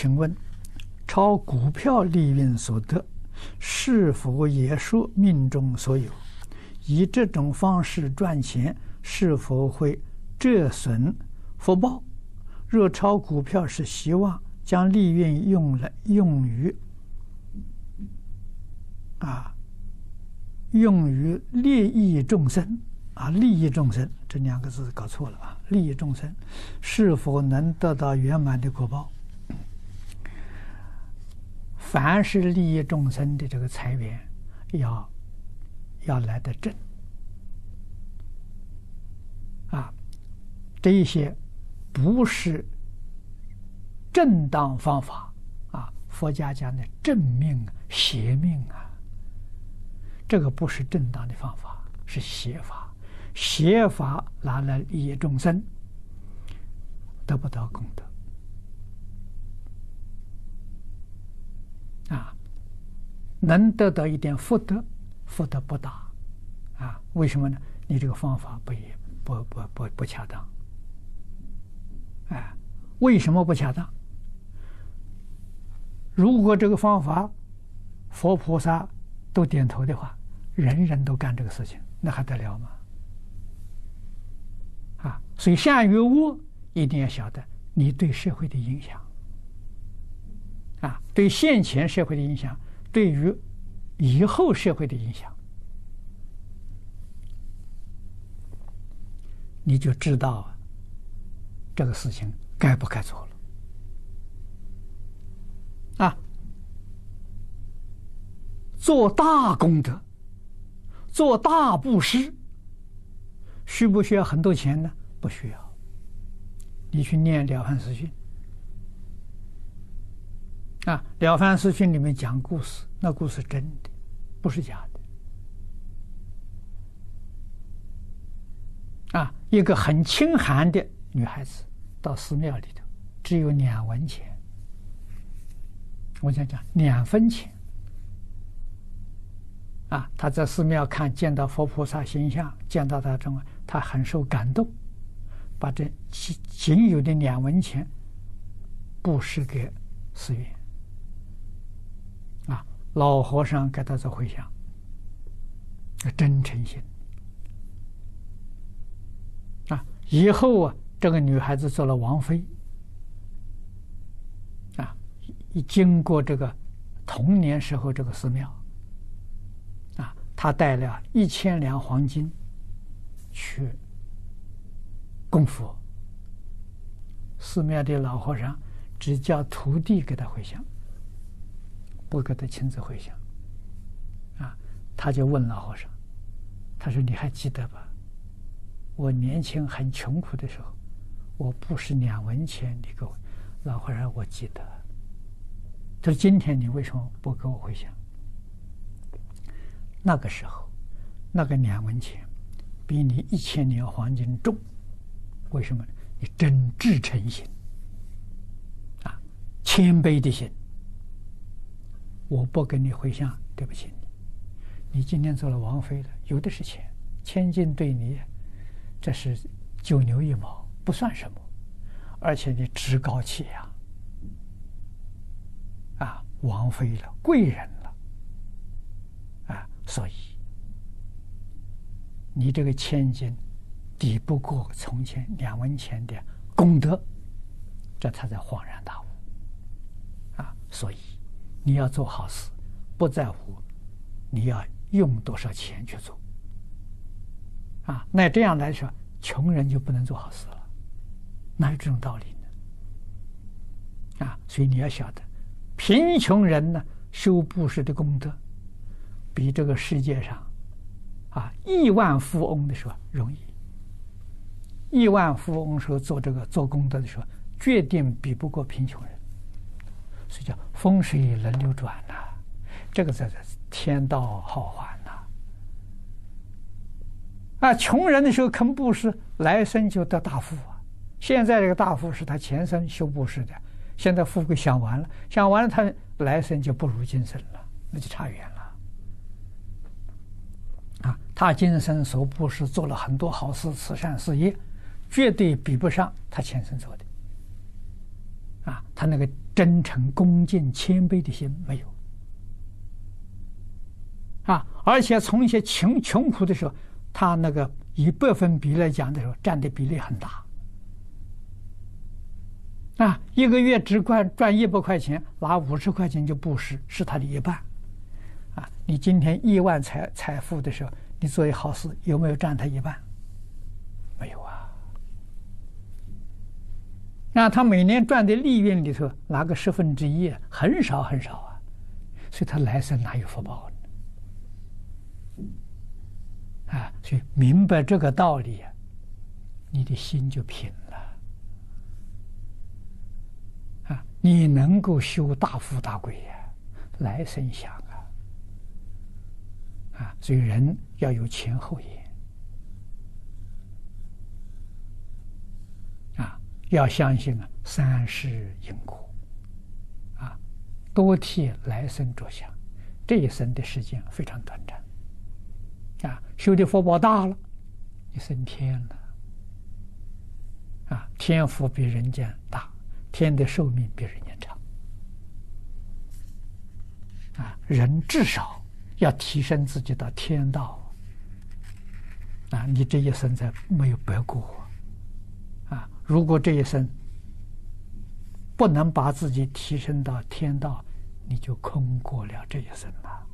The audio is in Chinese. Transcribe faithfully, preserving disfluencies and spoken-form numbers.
请问，炒股票利润所得，是否也属命中所有？以这种方式赚钱，是否会折损福报？若炒股票是希望将利润用来用于啊，用于利益众生啊，利益众生这两个字搞错了啊，利益众生是否能得到圆满的果报？凡是利益众生的这个财源，要要来得正啊，这一些不是正当方法啊，佛家讲的正命邪命啊，这个不是正当的方法，是邪法。邪法拿来利益众生，得不到功德啊，能得到一点福德，福德不大啊。为什么呢？你这个方法不也不不不不恰当。哎，为什么不恰当？如果这个方法佛菩萨都点头的话，人人都干这个事情，那还得了吗？啊，所以善与恶一定要晓得你对社会的影响啊，对现前社会的影响，对于以后社会的影响，你就知道这个事情该不该做了啊。做大功德，做大布施，需不需要很多钱呢？不需要。你去念《了凡四训》啊，《了凡四训》里面讲故事，那故事真的，不是假的啊。一个很清寒的女孩子到寺庙里头，只有两文钱，我想讲两分钱啊。她在寺庙看见到佛菩萨形象，见到他中，她很受感动，把这仅有的两文钱布施给寺院啊。老和尚给他做回向，真诚心啊。以后啊，这个女孩子做了王妃啊，一经过这个童年时候这个寺庙啊，她带了一千两黄金去供佛，寺庙的老和尚只叫徒弟给他回向，不给他亲自回向啊。他就问老和尚，他说你还记得吧，我年轻很穷苦的时候，我布施两文钱你给我。老和尚我记得。他说今天你为什么不给我回向？那个时候那个两文钱比你一千两黄金重，为什么呢？你真挚诚心啊，谦卑的心。我不跟你回向，对不起你。你今天做了王妃了，有的是钱，千金对你这是九牛一毛，不算什么，而且你趾高气扬啊，王妃了，贵人了啊，所以你这个千金抵不过从前两文钱的功德，这他才恍然大悟啊。所以你要做好事，不在乎你要用多少钱去做啊。那这样来说，穷人就不能做好事了，哪有这种道理呢？啊，所以你要晓得，贫穷人呢修布施的功德，比这个世界上啊亿万富翁的时候容易。亿万富翁时候做这个做功德的时候，决定比不过贫穷人。所以叫风水轮流转呐、啊，这个在天道好还呐、啊。啊，穷人的时候肯布施，来生就得大富啊。现在这个大富是他前生修布施的，现在富贵享完了，享完了他来生就不如今生了，那就差远了。啊，他今生所布施做了很多好事、慈善事业，绝对比不上他前生做的。 啊，他那个真诚、恭敬、谦卑的心没有。啊，而且从一些穷穷苦的时候，他那个以百分比来讲的时候，占的比例很大。啊，一个月只赚赚一百块钱，拿五十块钱就布施，是他的一半。啊，你今天亿万财财富的时候，你做一好事，有没有占他一半？没有啊。那他每年赚的利润里头拿个十分之一，很少很少啊，所以他来生哪有福报呢？啊，所以明白这个道理啊，你的心就平了啊，你能够修大富大贵呀、啊，来生想啊，啊，所以人要有前后眼啊，要相信啊三世因果啊，多替来生着想，这一生的时间非常短暂。啊，修的福报大了，你升天了。啊，天福比人间大，天的寿命比人间长。啊，人至少要提升自己到天道。啊，你这一生才没有白过。啊，如果这一生不能把自己提升到天道，你就空过了这一生了。